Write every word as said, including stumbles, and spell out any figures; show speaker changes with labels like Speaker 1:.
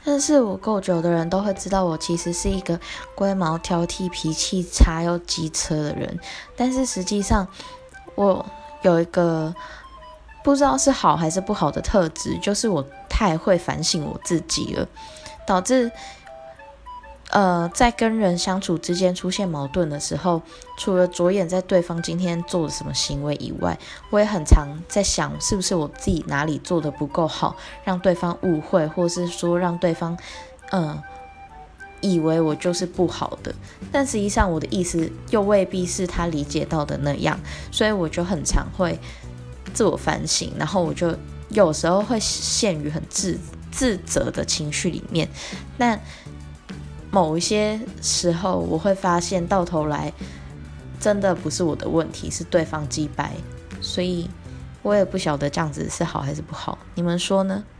Speaker 1: 认识我够久的人都会知道，我其实是一个龟毛、挑剔、脾气差又机车的人。但是实际上，我有一个不知道是好还是不好的特质，就是我太会反省我自己了，导致呃，在跟人相处之间出现矛盾的时候，除了着眼在对方今天做了什么行为以外，我也很常在想，是不是我自己哪里做的不够好，让对方误会，或是说让对方，嗯、呃，以为我就是不好的，但实际上我的意思又未必是他理解到的那样，所以我就很常会自我反省，然后我就有时候会陷于很自自责的情绪里面，但某一些时候我会发现到头来真的不是我的问题，是对方击败，所以我也不晓得这样子是好还是不好，你们说呢？